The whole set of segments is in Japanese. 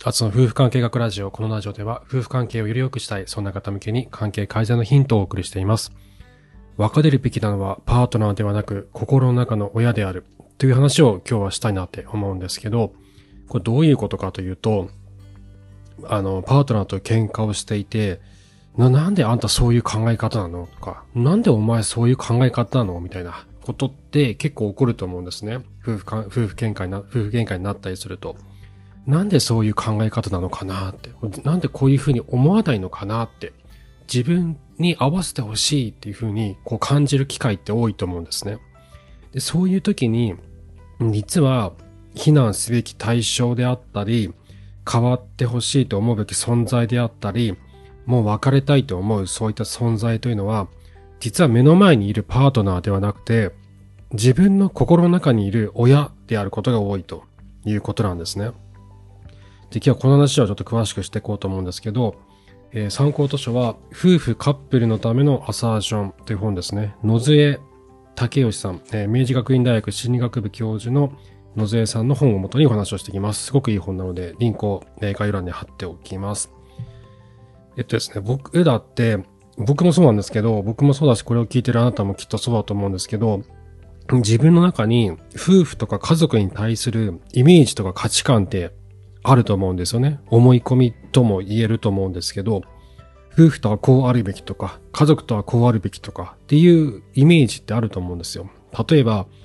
あつの夫婦関係学ラジオ。このラジオでは夫婦関係をより良くしたい、そんな方向けに関係改善のヒントをお送りしています。別れるべきなのはパートナーではなく心の中の親であるという話を今日はしたいなって思うんですけど、これどういうことかというと、パートナーと喧嘩をしていて、なんであんたそういう考え方なのとか、なんでお前そういう考え方なのみたいなことって結構起こると思うんですね。夫婦喧嘩になったりすると。なんでそういう考え方なのかなって。なんでこういうふうに思わないのかなって。自分に合わせてほしいっていうふうにこう感じる機会って多いと思うんですね。で、そういう時に、実は非難すべき対象であったり、変わってほしいと思うべき存在であったり、もう別れたいと思うそういった存在というのは、実は目の前にいるパートナーではなくて、自分の心の中にいる親であることが多いということなんですね。で、今日はこの話をちょっと詳しくしていこうと思うんですけど、参考図書は、夫婦カップルのためのアサーションという本ですね。野添武義さん、明治学院大学心理学部教授の野添さんの本を元にお話をしていきます。すごくいい本なので、リンクを概要欄に貼っておきます。ですね、僕もそうなんですけど、僕もそうだし、これを聞いてるあなたもきっとそうだと思うんですけど、自分の中に夫婦とか家族に対するイメージとか価値観ってあると思うんですよね。思い込みとも言えると思うんですけど、夫婦とはこうあるべきとか、家族とはこうあるべきとかっていうイメージってあると思うんですよ。例えば、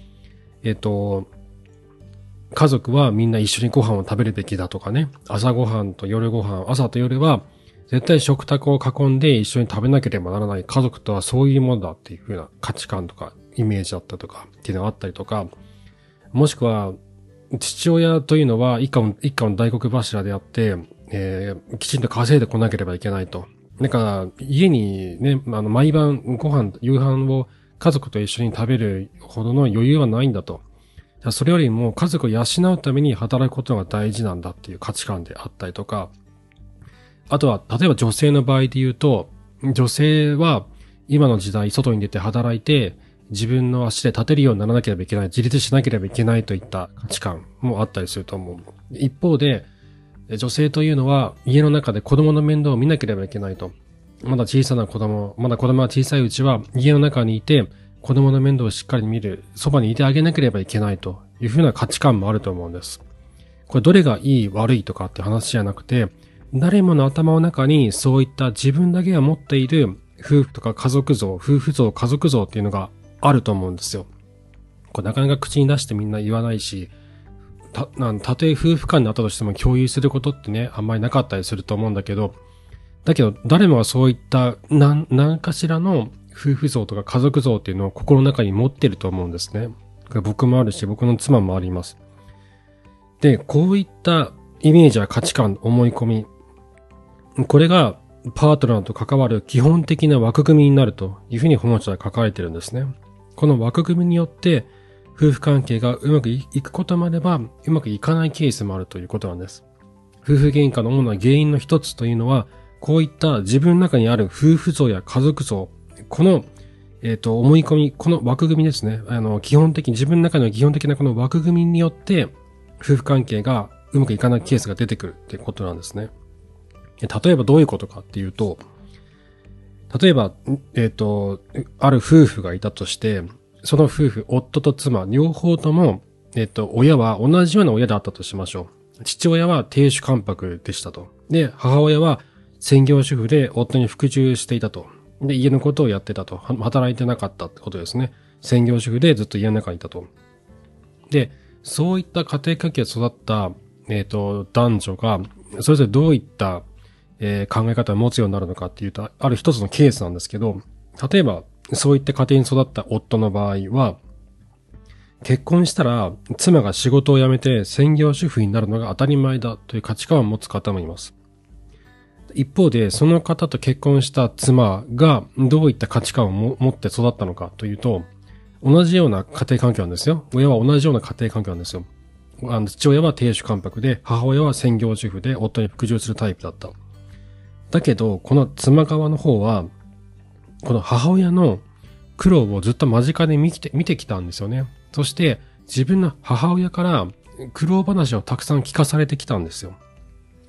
家族はみんな一緒にご飯を食べるべきだとかね。朝ご飯と夜ご飯、朝と夜は絶対食卓を囲んで一緒に食べなければならない。家族とはそういうものだっていう風な価値観とかイメージだったとかっていうのがあったりとか、もしくは父親というのは一家の大黒柱であって、きちんと稼いでこなければいけないと。だから家にね、毎晩夕飯を家族と一緒に食べるほどの余裕はないんだと。それよりも家族を養うために働くことが大事なんだっていう価値観であったりとか、あとは、例えば女性の場合で言うと、女性は今の時代外に出て働いて自分の足で立てるようにならなければいけない、自立しなければいけないといった価値観もあったりすると思う。一方で、女性というのは家の中で子供の面倒を見なければいけないと。まだ子供が小さいうちは家の中にいて子供の面倒をしっかり見る、そばにいてあげなければいけないというふうな価値観もあると思うんです。これどれがいい悪いとかって話じゃなくて、誰もの頭の中にそういった自分だけが持っている夫婦とか家族像、夫婦像、家族像っていうのがあると思うんですよ。これなかなか口に出してみんな言わないし、たとえ夫婦間になったとしても共有することってね、あんまりなかったりすると思うんだけど、誰もがそういった何かしらの夫婦像とか家族像っていうのを心の中に持ってると思うんですね。これ僕もあるし、僕の妻もあります。で、こういったイメージや価値観、思い込み、これがパートナーと関わる基本的な枠組みになるというふうに本書は書かれてるんですね。この枠組みによって夫婦関係がうまくいくこともあればうまくいかないケースもあるということなんです。夫婦喧嘩の主な原因の一つというのは、こういった自分の中にある夫婦像や家族像、この思い込み、この枠組みですね。自分の中の基本的なこの枠組みによって夫婦関係がうまくいかないケースが出てくるってことなんですね。例えばどういうことかっていうと、例えば、ある夫婦がいたとして、その夫婦、夫と妻、両方とも、親は同じような親であったとしましょう。父親は亭主関白でしたと。で、母親は専業主婦で夫に服従していたと。で、家のことをやってたと。働いてなかったってことですね。専業主婦でずっと家の中にいたと。で、そういった家庭環境で育った、男女が、それぞれどういった考え方を持つようになるのかっていうと、ある一つのケースなんですけど、例えば、そういった家庭に育った夫の場合は、結婚したら妻が仕事を辞めて専業主婦になるのが当たり前だという価値観を持つ方もいます。一方で、その方と結婚した妻がどういった価値観を持って育ったのかというと、同じような家庭環境なんですよ。親は同じような家庭環境なんですよ。父親は亭主関白で、母親は専業主婦で夫に服従するタイプだった。だけど、この妻側の方は、この母親の苦労をずっと間近で見てきたんですよね。そして、自分の母親から苦労話をたくさん聞かされてきたんですよ。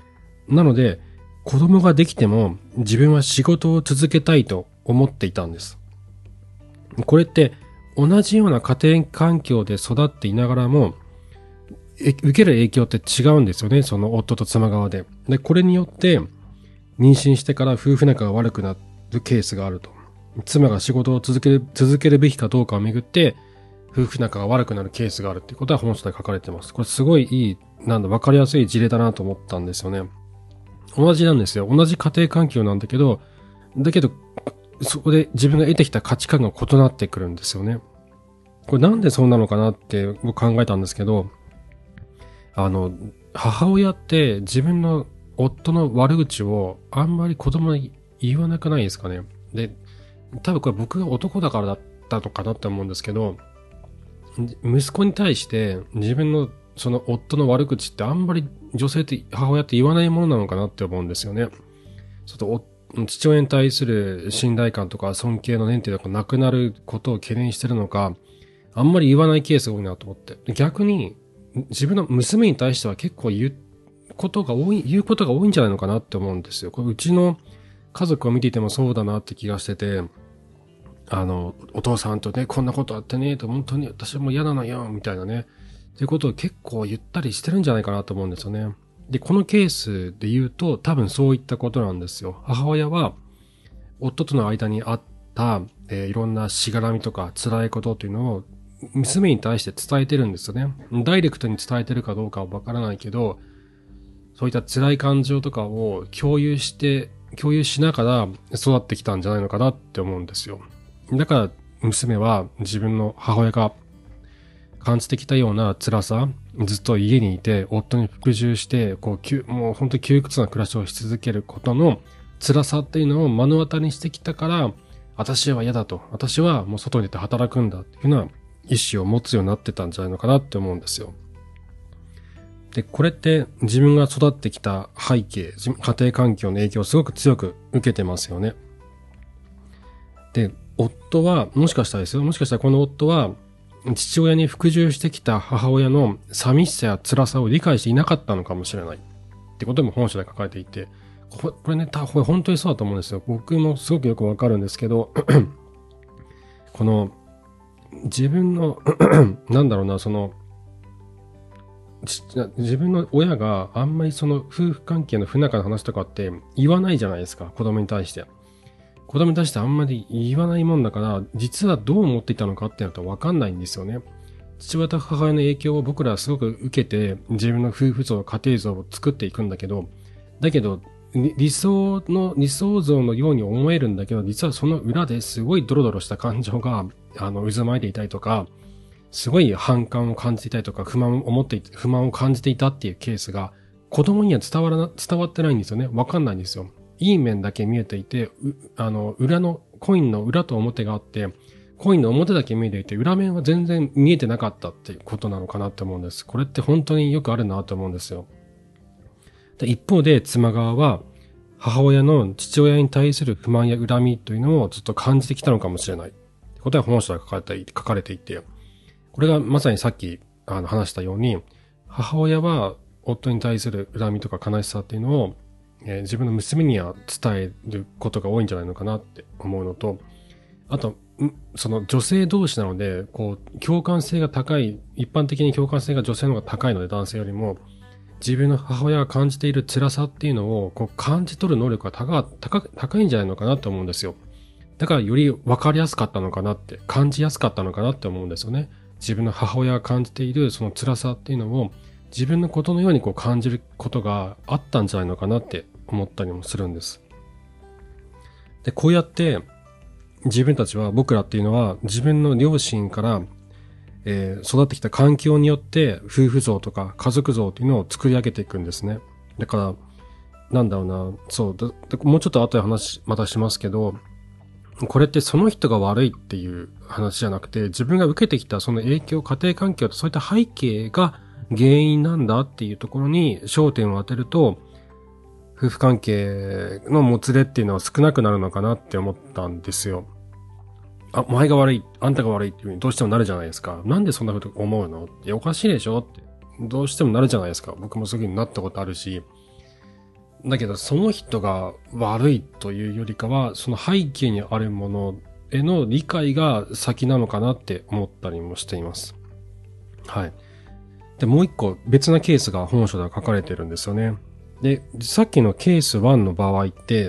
なので、子供ができても自分は仕事を続けたいと思っていたんです。これって同じような家庭環境で育っていながらも、受ける影響って違うんですよね。その夫と妻側で。で、これによって妊娠してから夫婦仲が悪くなるケースがあると。妻が仕事を続けるべきかどうかをめぐって、夫婦仲が悪くなるケースがあるっていうことは本書で書かれてます。これすごいいい、わかりやすい事例だなと思ったんですよね。同じなんですよ。同じ家庭環境なんだけど、そこで自分が得てきた価値観が異なってくるんですよね。これなんでそうなのかなって僕考えたんですけど、母親って自分の夫の悪口をあんまり子供に言わなくないですかね。で、多分これ僕が男だからだったのかなって思うんですけど、息子に対して自分のその夫の悪口ってあんまり女性って母親って言わないものなのかなって思うんですよね。ちょっと父親に対する信頼感とか尊敬の念っていうのがなくなることを懸念してるのか、あんまり言わないケースが多いなと思って。逆に自分の娘に対しては結構言うことが多いんじゃないのかなって思うんですよ。これうちの家族を見ていてもそうだなって気がしてて、お父さんとね、こんなことあってね、本当に私も嫌なのよ、みたいなね。っていうことを結構言ったりしてるんじゃないかなと思うんですよね。で、このケースで言うと多分そういったことなんですよ。母親は夫との間にあった、いろんなしがらみとか辛いことというのを娘に対して伝えてるんですよね。ダイレクトに伝えてるかどうかはわからないけど、そういった辛い感情とかを共有しながら育ってきたんじゃないのかなって思うんですよ。だから娘は自分の母親が感じてきたような辛さ、ずっと家にいて夫に服従して、もう本当に窮屈な暮らしをし続けることの辛さっていうのを目の当たりにしてきたから、私は嫌だと。私はもう外に出て働くんだっていうような意思を持つようになってたんじゃないのかなって思うんですよ。で、これって自分が育ってきた背景、家庭環境の影響をすごく強く受けてますよね。で、夫は、もしかしたらこの夫は、父親に服従してきた母親の寂しさや辛さを理解していなかったのかもしれない。ってことも本書で書かれていて、これね、これ本当にそうだと思うんですよ。僕もすごくよくわかるんですけど、この、自分の自分の親があんまりその夫婦関係の不仲の話とかって言わないじゃないですか、子供に対して。子供に対してあんまり言わないもんだから、実はどう思っていたのかっていうのとわかんないんですよね。父親と母親の影響を僕らはすごく受けて、自分の夫婦像、家庭像を作っていくんだけど、理想像のように思えるんだけど、実はその裏ですごいドロドロした感情が、渦巻いていたりとか、すごい反感を感じていたりとか、不満を感じていたっていうケースが、子供には伝わってないんですよね。わかんないんですよ。いい面だけ見えていて、コインの裏と表があって、コインの表だけ見えていて、裏面は全然見えてなかったっていうことなのかなって思うんです。これって本当によくあるなと思うんですよ。で一方で妻側は、母親の父親に対する不満や恨みというのをずっと感じてきたのかもしれない。ってことは本書で書かれていて、これがまさにさっき話したように、母親は夫に対する恨みとか悲しさっていうのを、自分の娘には伝えることが多いんじゃないのかなって思うのと、あと、その女性同士なので、共感性が高い、一般的に共感性が女性の方が高いので男性よりも、自分の母親が感じている辛さっていうのを感じ取る能力が高いんじゃないのかなと思うんですよ。だからより分かりやすかったのかなって、感じやすかったのかなって思うんですよね。自分の母親が感じているその辛さっていうのを自分のことのように感じることがあったんじゃないのかなって思ったりもするんです。で、こうやって僕らっていうのは自分の両親から育ってきた環境によって夫婦像とか家族像というのを作り上げていくんですね。だから、もうちょっと後でまたしますけど、これってその人が悪いっていう話じゃなくて、自分が受けてきたその影響、家庭環境とそういった背景が原因なんだっていうところに焦点を当てると、夫婦関係のもつれっていうのは少なくなるのかなって思ったんですよ。お前が悪い、あんたが悪いっていう風にどうしてもなるじゃないですか。なんでそんなこと思うの？いや、おかしいでしょって。どうしてもなるじゃないですか。僕もそういう風になったことあるし。 だけど、その人が悪いというよりかは、その背景にあるものへの理解が先なのかなって思ったりもしています。はい。で、もう一個別なケースが本書では書かれてるんですよね。で、さっきのケース1の場合って、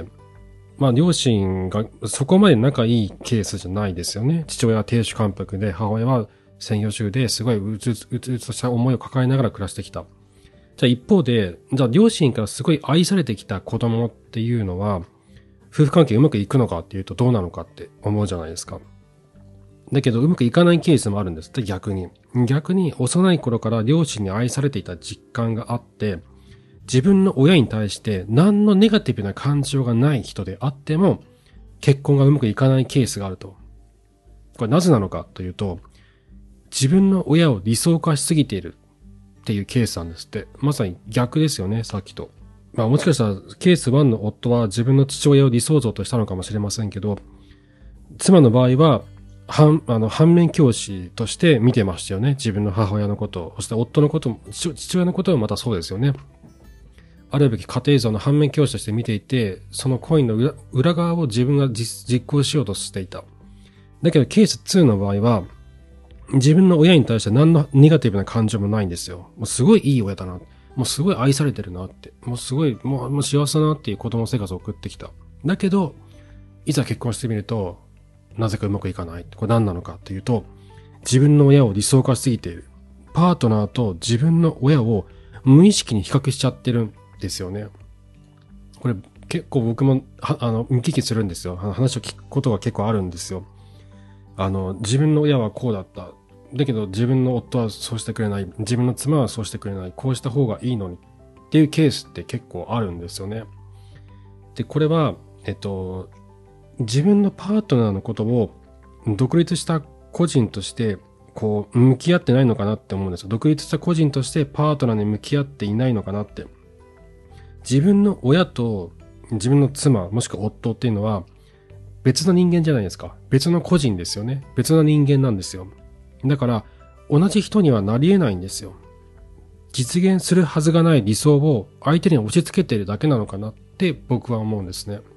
まあ、両親がそこまで仲いいケースじゃないですよね。父親は亭主関白で、母親は専業主婦ですごいうつとした思いを抱えながら暮らしてきた。じゃあ一方で、じゃあ両親からすごい愛されてきた子供っていうのは、夫婦関係うまくいくのかっていうとどうなのかって思うじゃないですか。だけどうまくいかないケースもあるんですって、逆に。逆に幼い頃から両親に愛されていた実感があって、自分の親に対して何のネガティブな感情がない人であっても、結婚がうまくいかないケースがあると。これなぜなのかというと、自分の親を理想化しすぎているっていうケースなんですって。まさに逆ですよね、さっきと。まあもしかしたらケース1の夫は自分の父親を理想像としたのかもしれませんけど、妻の場合は反面教師として見てましたよね。自分の母親のことを。そして夫のことも、父親のこともまたそうですよね。あるべき家庭像の反面教師として見ていて、そのコインの裏側を自分が実行しようとしていた。だけどケース2の場合は、自分の親に対して何のネガティブな感情もないんですよ。もうすごいいい親だな。もうすごい愛されてるなって。もうすごい、もう幸せだなっていう子供生活を送ってきた。だけど、いざ結婚してみると、なぜかうまくいかない。これ何なのかっていうと、自分の親を理想化しすぎている。パートナーと自分の親を無意識に比較しちゃってるんですよね。これ結構僕も見聞きするんですよ。話を聞くことが結構あるんですよ。自分の親はこうだった。だけど自分の夫はそうしてくれない。自分の妻はそうしてくれない。こうした方がいいのに。っていうケースって結構あるんですよね。で、これは、自分のパートナーのことを独立した個人としてこう向き合ってないのかなって思うんですよ。独立した個人としてパートナーに向き合っていないのかなって。自分の親と自分の妻もしくは夫っていうのは別の人間じゃないですか。別の個人ですよね。別の人間なんですよ。だから同じ人にはなり得ないんですよ。実現するはずがない理想を相手に押し付けているだけなのかなって僕は思うんですね。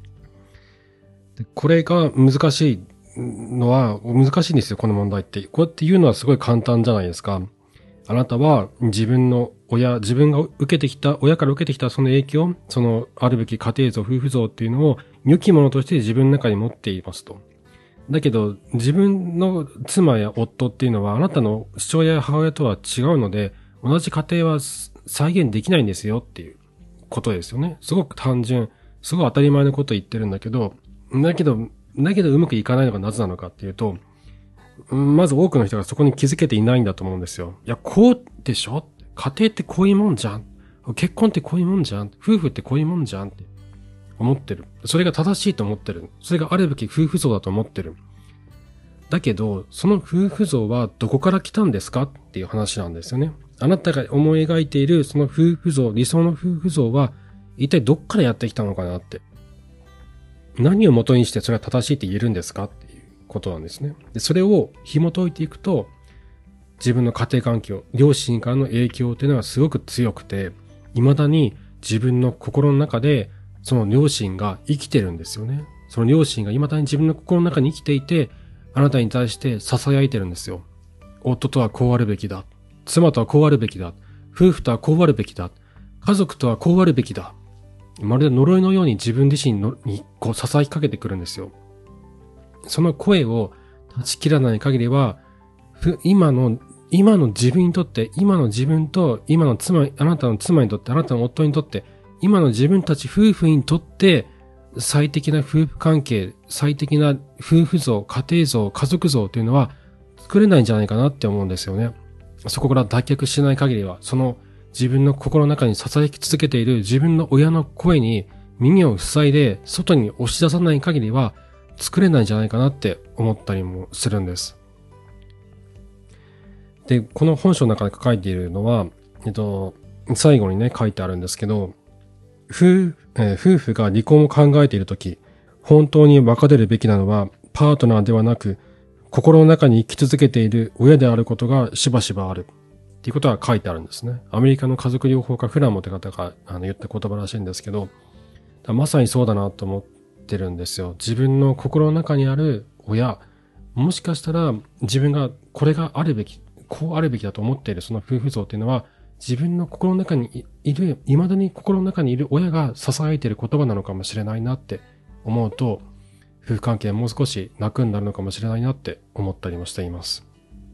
これが難しいのは、難しいんですよ、この問題って。こうやって言うのはすごい簡単じゃないですか。あなたは自分が受けてきた、親から受けてきたその影響、そのあるべき家庭像、夫婦像っていうのを良きものとして自分の中に持っていますと。だけど、自分の妻や夫っていうのはあなたの父親や母親とは違うので、同じ家庭は再現できないんですよっていうことですよね。すごく単純、すごい当たり前のことを言ってるんだけどうまくいかないのがなぜなのかっていうと、まず多くの人がそこに気づけていないんだと思うんですよ。いや、こうでしょ？家庭ってこういうもんじゃん。結婚ってこういうもんじゃん。夫婦ってこういうもんじゃんって思ってる。それが正しいと思ってる。それがあるべき夫婦像だと思ってる。だけど、その夫婦像はどこから来たんですかっていう話なんですよね。あなたが思い描いているその夫婦像、理想の夫婦像は一体どっからやってきたのかなって。何を元にしてそれは正しいって言えるんですかっていうことなんですね。で、それを紐解いていくと、自分の家庭環境、両親からの影響っていうのはすごく強くて、未だに自分の心の中でその両親が生きてるんですよね。その両親が未だに自分の心の中に生きていて、あなたに対して囁いてるんですよ。夫とはこうあるべきだ。妻とはこうあるべきだ。夫婦とはこうあるべきだ。家族とはこうあるべきだ。まるで呪いのように自分自身にこう囁きかけてくるんですよ。その声を断ち切らない限りは、今の自分にとって、今の自分と今のあなたの妻にとって、あなたの夫にとって、今の自分たち夫婦にとって最適な夫婦関係、最適な夫婦像、家庭像、家族像というのは作れないんじゃないかなって思うんですよね。そこから脱却しない限りは、その自分の心の中に囁き続けている自分の親の声に耳を塞いで外に押し出さない限りは作れないんじゃないかなって思ったりもするんです。で、この本書の中で書いているのは、最後にね、書いてあるんですけど、夫婦が離婚を考えているとき、本当に別れるべきなのはパートナーではなく、心の中に生き続けている親であることがしばしばある。 っていうことが書いてあるんですね。アメリカの家族療法家フラモって方が言った言葉らしいんですけど、まさにそうだなと思ってるんですよ。自分の心の中にある親、もしかしたら自分がこれがあるべき、こうあるべきだと思っているその夫婦像っていうのは、自分の心の中にいる、未だに心の中にいる親が囁いている言葉なのかもしれないなって思うと、夫婦関係もう少し楽になるのかもしれないなって思ったりもしています。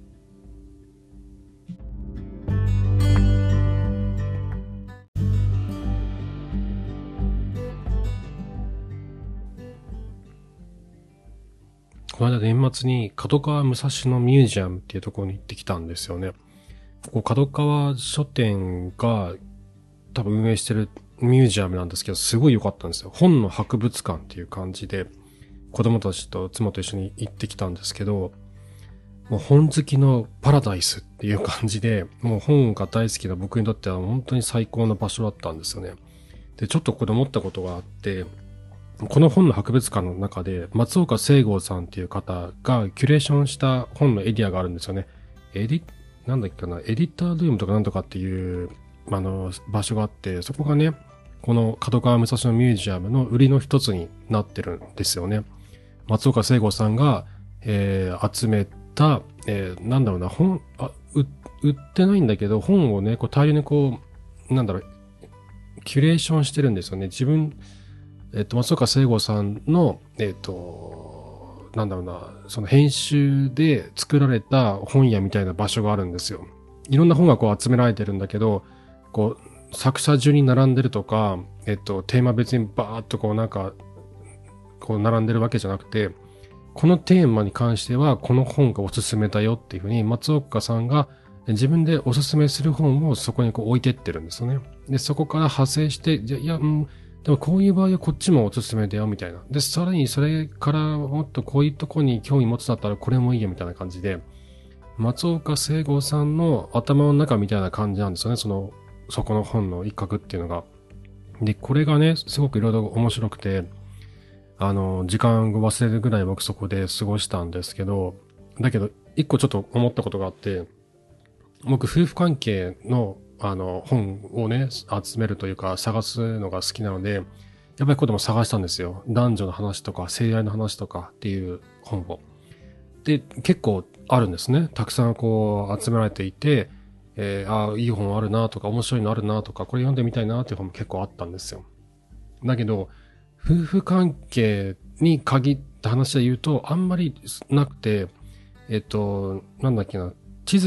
この間年末に角川武蔵野ミュージアムっていうところに行ってきたんですよね。ここ角川書店が多分運営してるミュージアムなんですけど、すごい良かったんですよ。本の博物館っていう感じで、子供たちと妻と一緒に行ってきたんですけど、もう本好きのパラダイスっていう感じで、もう本が大好きな僕にとっては本当に最高の場所だったんですよね。で、ちょっとここで思ったことがあって、この本の博物館の中で松岡聖剛さんっていう方がキュレーションした本のエリアがあるんですよね。なんだっけかな、エディタールームとかなんとかっていう場所があって、そこがね、この角川武蔵野ミュージアムの売りの一つになってるんですよね。松岡聖吾さんが、集めた、なんだろうな、売ってないんだけど、本をね、こう大量にこう、なんだろう、キュレーションしてるんですよね。松岡聖吾さんの、なんだろうな、その編集で作られた本屋みたいな場所があるんですよ。いろんな本がこう集められてるんだけど、こう、作者順に並んでるとか、テーマ別にバーっとこうなんか、こう並んでるわけじゃなくて、このテーマに関してはこの本がおすすめだよっていうふうに松岡さんが自分でおすすめする本をそこにこう置いてってるんですよね。で、そこから派生して、でもこういう場合はこっちもおすすめだよみたいな。で、さらにそれからもっとこういうとこに興味持つだったらこれもいいよみたいな感じで、松岡聖吾さんの頭の中みたいな感じなんですよね。そこの本の一角っていうのが。で、これがね、すごくいろいろ面白くて、時間を忘れるぐらい僕そこで過ごしたんですけど、だけど、一個ちょっと思ったことがあって、僕夫婦関係の本をね、集めるというか探すのが好きなので、やっぱりこれでも探したんですよ。男女の話とか、性愛の話とかっていう本を。で、結構あるんですね。たくさんこう集められていて、いい本あるなとか、面白いのあるなとか、これ読んでみたいなっていう本も結構あったんですよ。だけど、夫婦関係に限った話で言うと、あんまりなくて、なんだっけな、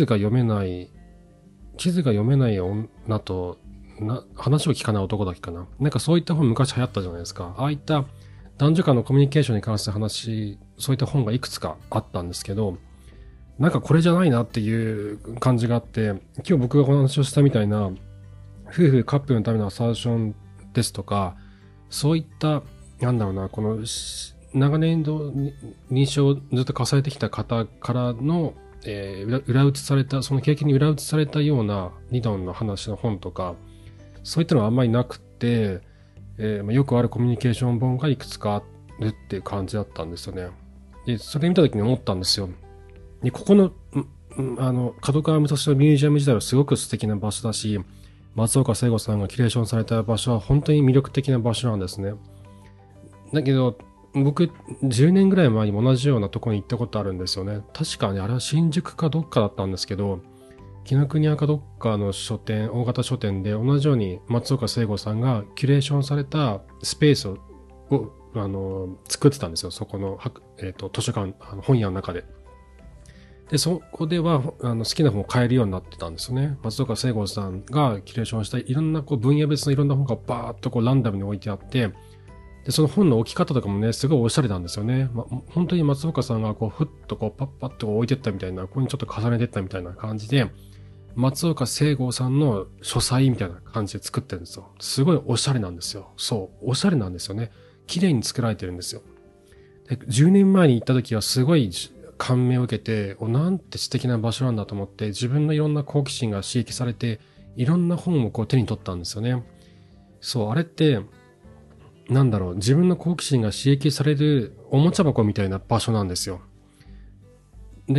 地図が読めない女と、話を聞かない男だっけかな。なんかそういった本昔流行ったじゃないですか。ああいった男女間のコミュニケーションに関する話、そういった本がいくつかあったんですけど、なんかこれじゃないなっていう感じがあって、今日僕がお話をしたみたいな、夫婦カップルのためのアサーションですとか、そういった、なんだろうな、この長年の認証をずっと重ねてきた方からの、裏打ちされた、その経験に裏打ちされたような理論の話の本とか、そういったのはあんまりなくて、よくあるコミュニケーション本がいくつかあるっていう感じだったんですよね。で、それ見た時に思ったんですよ。で、ここの、角川武蔵野ミュージアム自体はすごく素敵な場所だし、松岡聖吾さんがキュレーションされた場所は本当に魅力的な場所なんですね。だけど、僕、10年ぐらい前にも同じようなところに行ったことあるんですよね。確かにあれは新宿かどっかだったんですけど、紀ノ国屋かどっかの書店、大型書店で同じように松岡聖吾さんがキュレーションされたスペースを、作ってたんですよ。そこの、図書館、本屋の中で。で、そこでは、好きな本を買えるようになってたんですよね。松岡聖吾さんがキュレーションしたいろんなこう分野別のいろんな本がバーっとこうランダムに置いてあって、で、その本の置き方とかもね、すごいおしゃれなんですよね。本当に松岡さんがこう、ふっとこう、パッパッと置いてったみたいな、ここにちょっと重ねてったみたいな感じで、松岡聖剛さんの書斎みたいな感じで作ってるんですよ。すごいおしゃれなんですよ。そう、おしゃれなんですよね。綺麗に作られてるんですよ。で、10年前に行った時はすごい感銘を受けて、なんて素敵な場所なんだと思って、自分のいろんな好奇心が刺激されて、いろんな本をこう手に取ったんですよね。そう、あれって、なんだろう、自分の好奇心が刺激されるおもちゃ箱みたいな場所なんですよ。だけど、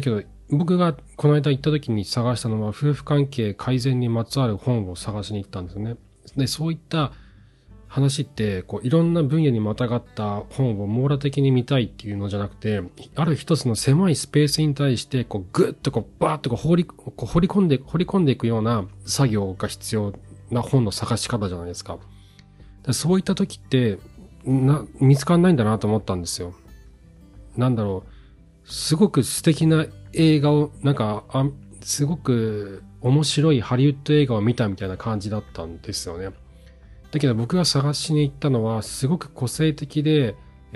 僕がこの間行った時に探したのは、夫婦関係改善にまつわる本を探しに行ったんですよね。で、そういった話って、こう、いろんな分野にまたがった本を網羅的に見たいっていうのじゃなくて、ある一つの狭いスペースに対して、こう、ぐっとこう、バーッとこう掘り込んでいくような作業が必要な本の探し方じゃないですか。そういった時って、見つかんないんだなと思ったんですよ。なんだろう。すごく素敵な映画を、すごく面白いハリウッド映画を見たみたいな感じだったんですよね。だけど僕が探しに行ったのは、すごく個性的で、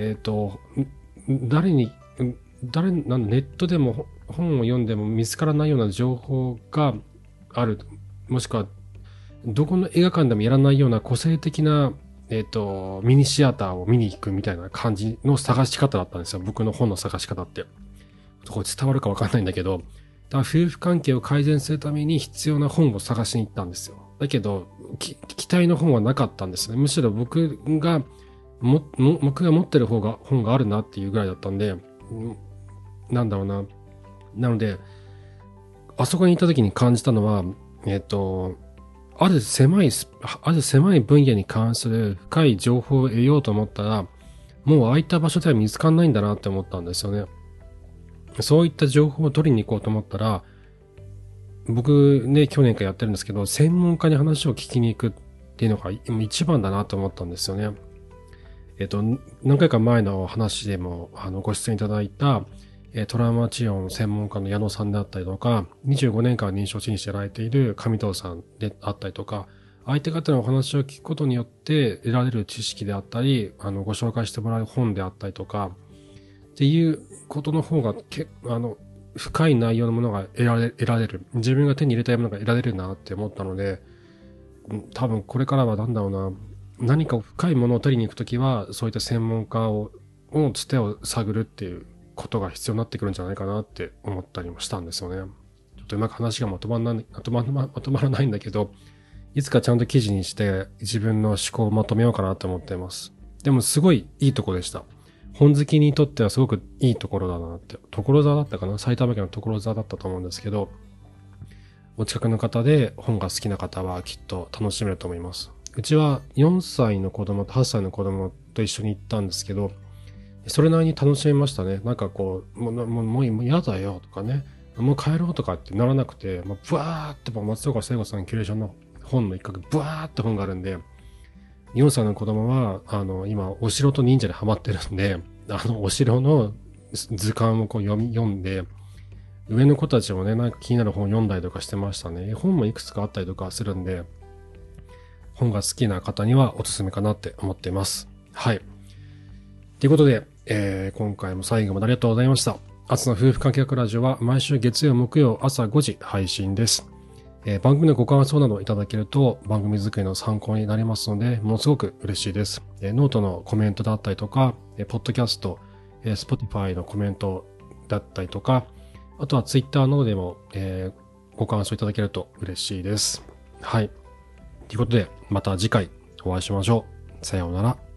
誰に、ネットでも本を読んでも見つからないような情報がある。もしくは、どこの映画館でもやらないような個性的な、ミニシアターを見に行くみたいな感じの探し方だったんですよ。僕の本の探し方って。これ伝わるかわかんないんだけど、だから夫婦関係を改善するために必要な本を探しに行ったんですよ。だけど、期待の本はなかったんですね。むしろ僕が持ってる本があるなっていうぐらいだったんで、なんだろうな。なので、あそこに行った時に感じたのは、ある狭い分野に関する深い情報を得ようと思ったら、もう空いた場所では見つかんないんだなって思ったんですよね。そういった情報を取りに行こうと思ったら、僕ね、去年からやってるんですけど、専門家に話を聞きに行くっていうのが一番だなと思ったんですよね。何回か前の話でも、ご出演いただいた、トラウマ治療の専門家の矢野さんであったりとか、25年間臨床心理師やられている上藤さんであったりとか、相手方のお話を聞くことによって得られる知識であったり、ご紹介してもらう本であったりとか、っていうことの方が深い内容のものが得られる。自分が手に入れたいものが得られるなって思ったので、多分これからは何か深いものを取りに行くときは、そういった専門家のつてを探るっていうことが必要になってくるんじゃないかなって思ったりもしたんですよね。ちょっとうまく話がまとまらないんだけど、いつかちゃんと記事にして自分の思考をまとめようかなと思っています。でもすごいいいとこでした。本好きにとってはすごくいいところだなって。所沢だったかな？埼玉県の所沢だったと思うんですけど、お近くの方で本が好きな方はきっと楽しめると思います。うちは4歳の子供と8歳の子供と一緒に行ったんですけど、それなりに楽しめましたね。なんかこう、もう嫌だよとかね、もう帰ろうとかってならなくて、ブワーって松岡聖子さんキュレーションの本の一角、ブワーって本があるんで、4歳の子供は、今、お城と忍者でハマってるんで、お城の図鑑をこう読んで、上の子たちもね、なんか気になる本を読んだりとかしてましたね。本もいくつかあったりとかするんで、本が好きな方にはおすすめかなって思っています。はい。ということで、今回も最後までありがとうございました。あつの夫婦関係学ラジオは毎週月曜木曜朝5時配信です。番組のご感想などいただけると番組作りの参考になりますので、ものすごく嬉しいです。ノートのコメントだったりとか、ポッドキャスト、Spotify のコメントだったりとか、あとは Twitter などでも、ご感想いただけると嬉しいです。はい。ということで、また次回お会いしましょう。さようなら。